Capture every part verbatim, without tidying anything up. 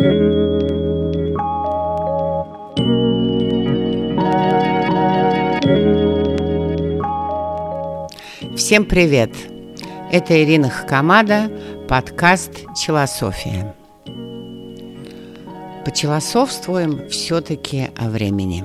Всем привет! Это Ирина Хакамада, подкаст «Челософия». Почелософствуем все-таки о времени.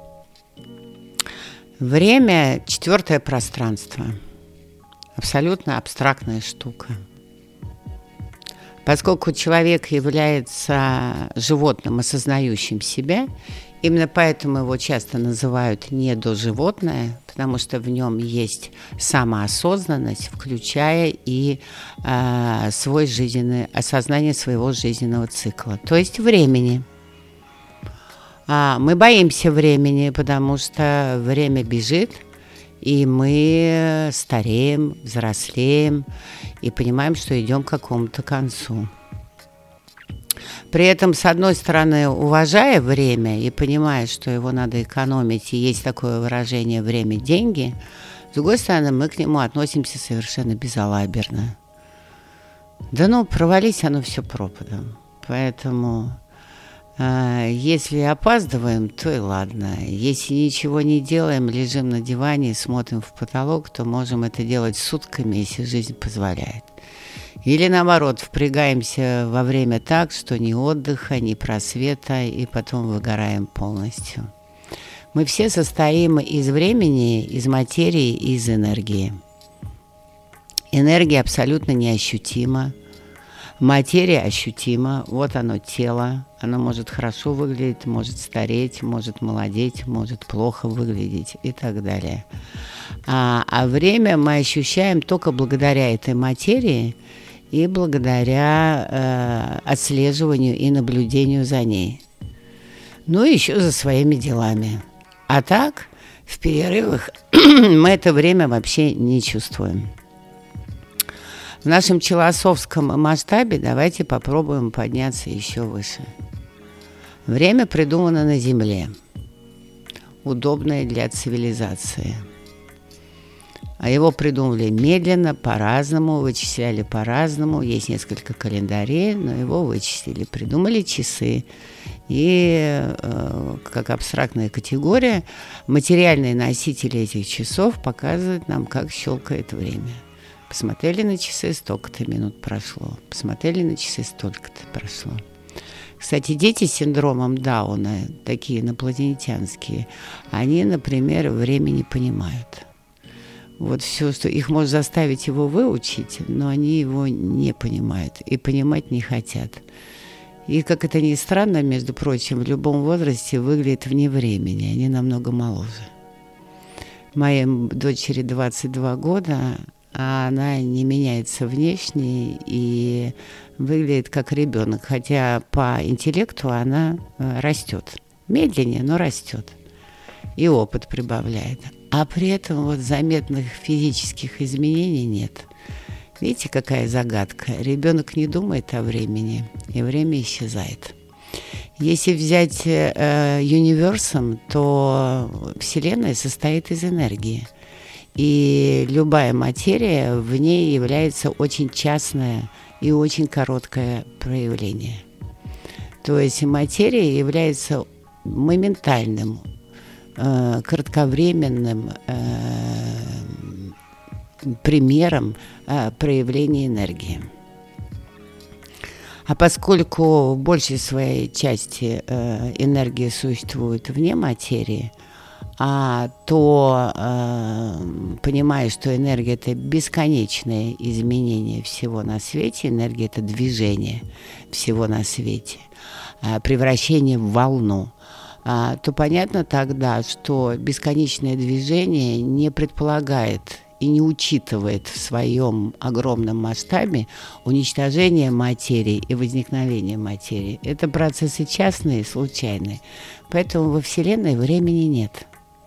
Время – четвертое пространство. Абсолютно абстрактная штука. Поскольку человек является животным, осознающим себя, именно поэтому его часто называют недоживотное, потому что в нем есть самоосознанность, включая и э, свой жизненный, осознание своего жизненного цикла, то есть времени. А мы боимся времени, потому что время бежит, и мы стареем, взрослеем и понимаем, что идем к какому-то концу. При этом, с одной стороны, уважая время и понимая, что его надо экономить, и есть такое выражение «время – деньги», с другой стороны, мы к нему относимся совершенно безалаберно. Да ну, провались оно все пропадом. Поэтому, э, если опаздываем, то и ладно. Если ничего не делаем, лежим на диване и смотрим в потолок, то можем это делать сутками, если жизнь позволяет. Или, наоборот, впрягаемся во время так, что ни отдыха, ни просвета, и потом выгораем полностью. Мы все состоим из времени, из материи и из энергии. Энергия абсолютно неощутима. Материя ощутима. Вот оно, тело. Оно может хорошо выглядеть, может стареть, может молодеть, может плохо выглядеть и так далее. А, а время мы ощущаем только благодаря этой материи и благодаря э, отслеживанию и наблюдению за ней. Ну и еще за своими делами. А так, в перерывах мы это время вообще не чувствуем. В нашем челософском масштабе давайте попробуем подняться еще выше. Время придумано на Земле, удобное для цивилизации. А его придумали медленно, по-разному, вычисляли по-разному. Есть несколько календарей, но его вычислили. Придумали часы. И э, как абстрактная категория, материальные носители этих часов показывают нам, как щелкает время. Посмотрели на часы, столько-то минут прошло. Посмотрели на часы, столько-то прошло. Кстати, дети с синдромом Дауна, такие инопланетянские, они, например, время не понимают. Вот все, что их может заставить его выучить, но они его не понимают и понимать не хотят. И, как это ни странно, между прочим, в любом возрасте выглядят вне времени, они намного моложе. Моей дочери двадцать два года, а она не меняется внешне и выглядит как ребенок, хотя по интеллекту она растет. Медленнее, но растет. И опыт прибавляет. А при этом вот заметных физических изменений нет. Видите, какая загадка? Ребенок не думает о времени, и время исчезает. Если взять э, универсум, то Вселенная состоит из энергии. И любая материя в ней является очень частное и очень короткое проявление. То есть материя является моментальным, э, кратковременным э, примером э, проявления энергии. А поскольку в большей своей части э, энергия существует вне материи, а, то, э, понимая, что энергия – это бесконечное изменение всего на свете, энергия – это движение всего на свете, э, превращение в волну, э, то понятно тогда, что бесконечное движение не предполагает и не учитывает в своем огромном масштабе уничтожение материи и возникновение материи. Это процессы частные и случайные. Поэтому во Вселенной времени нет.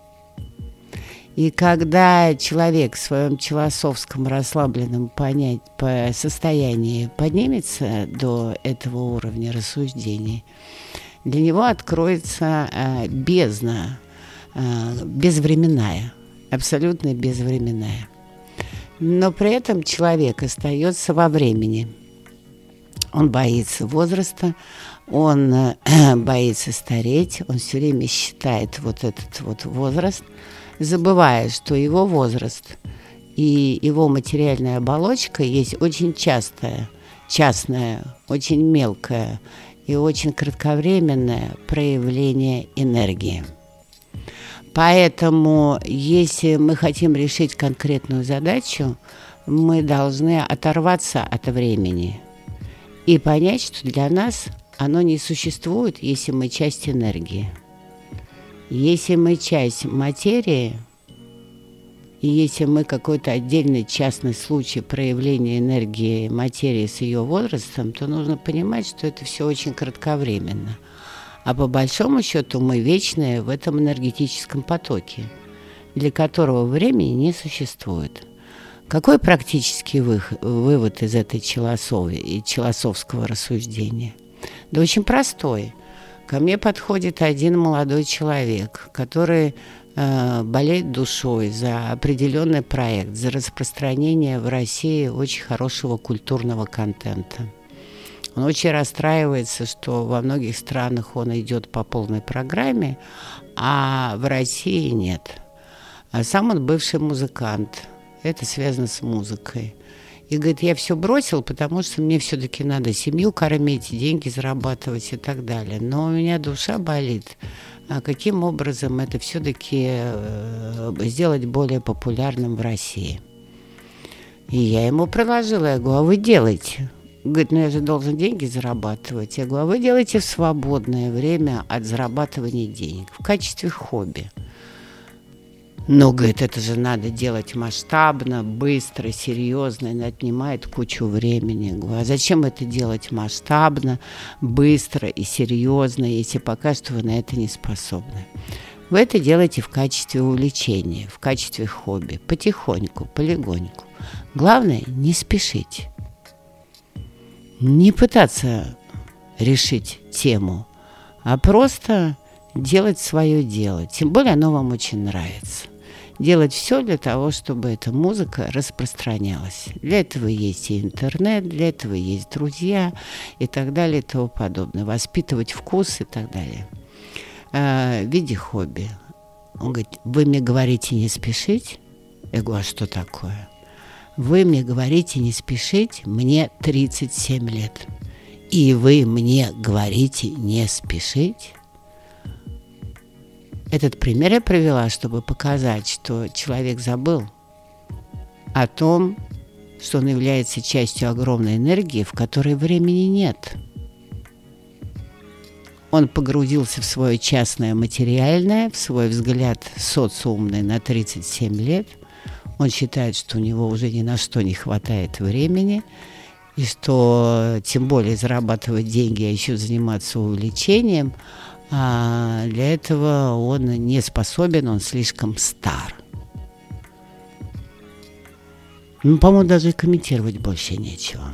И когда человек в своем челософском расслабленном понять, по состоянии поднимется до этого уровня рассуждений, для него откроется э, бездна, э, безвременная, абсолютно безвременная. Но при этом человек остается во времени. Он боится возраста, он э, боится стареть, он все время считает вот этот вот возраст, забывая, что его возраст и его материальная оболочка есть очень частое, частное, очень мелкое и очень кратковременное проявление энергии. Поэтому, если мы хотим решить конкретную задачу, мы должны оторваться от времени и понять, что для нас оно не существует, если мы часть энергии. Если мы часть материи, и если мы какой-то отдельный частный случай проявления энергии материи с ее возрастом, то нужно понимать, что это все очень кратковременно. А по большому счету мы вечные в этом энергетическом потоке, для которого времени не существует. Какой практический вывод из этой челосовой и челосовского рассуждения? Да очень простой. Ко мне подходит один молодой человек, который э, болеет душой за определенный проект, за распространение в России очень хорошего культурного контента. Он очень расстраивается, что во многих странах он идет по полной программе, а в России нет. А сам он бывший музыкант. Это связано с музыкой. И говорит, я все бросил, потому что мне все-таки надо семью кормить, деньги зарабатывать и так далее. Но у меня душа болит. А каким образом это все-таки э, сделать более популярным в России? И я ему предложила, я говорю, а вы делаете? Говорит, ну я же должен деньги зарабатывать. Я говорю, а вы делаете в свободное время от зарабатывания денег в качестве хобби. Но, говорит, это же надо делать масштабно, быстро, серьезно, и отнимает кучу времени. Я говорю, а зачем это делать масштабно, быстро и серьезно, если пока что вы на это не способны? Вы это делаете в качестве увлечения, в качестве хобби, потихоньку, полегоньку. Главное, не спешить. Не пытаться решить тему, а просто делать свое дело. Тем более оно вам очень нравится. Делать все для того, чтобы эта музыка распространялась. Для этого есть и интернет, для этого есть друзья и так далее и тому подобное. Воспитывать вкус и так далее. А, в виде хобби. Он говорит, вы мне говорите не спешить? Я говорю, а что такое? Вы мне говорите не спешить, мне тридцать семь лет. И вы мне говорите не спешить? Этот пример я привела, чтобы показать, что человек забыл о том, что он является частью огромной энергии, в которой времени нет. Он погрузился в свое частное материальное, в свой взгляд социумный на тридцать семь лет. Он считает, что у него уже ни на что не хватает времени, и что тем более зарабатывать деньги, а еще заниматься увлечением, а для этого он не способен, он слишком стар. Ну, по-моему, даже и комментировать больше нечего.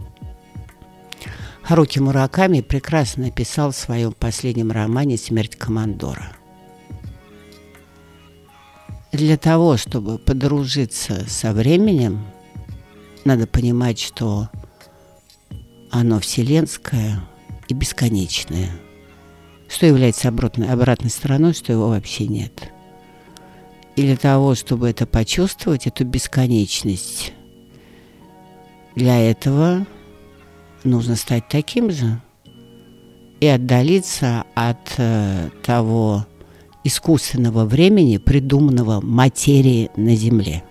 Харуки Мураками прекрасно написал в своем последнем романе «Смерть командора». Для того, чтобы подружиться со временем, надо понимать, что оно вселенское и бесконечное. Что является обратной, обратной стороной, что его вообще нет. И для того, чтобы это почувствовать, эту бесконечность, для этого нужно стать таким же и отдалиться от э, того искусственного времени, придуманного материи на Земле.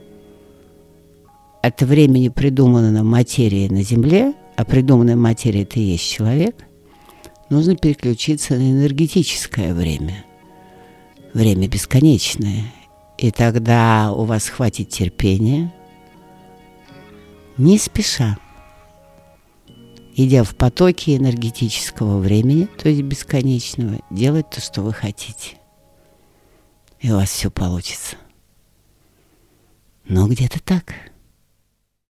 От времени, придуманного материи на Земле, а придуманная материя – это и есть человек, нужно переключиться на энергетическое время. Время бесконечное. И тогда у вас хватит терпения, не спеша, идя в потоке энергетического времени, то есть бесконечного, делать то, что вы хотите. И у вас все получится. Но где-то так.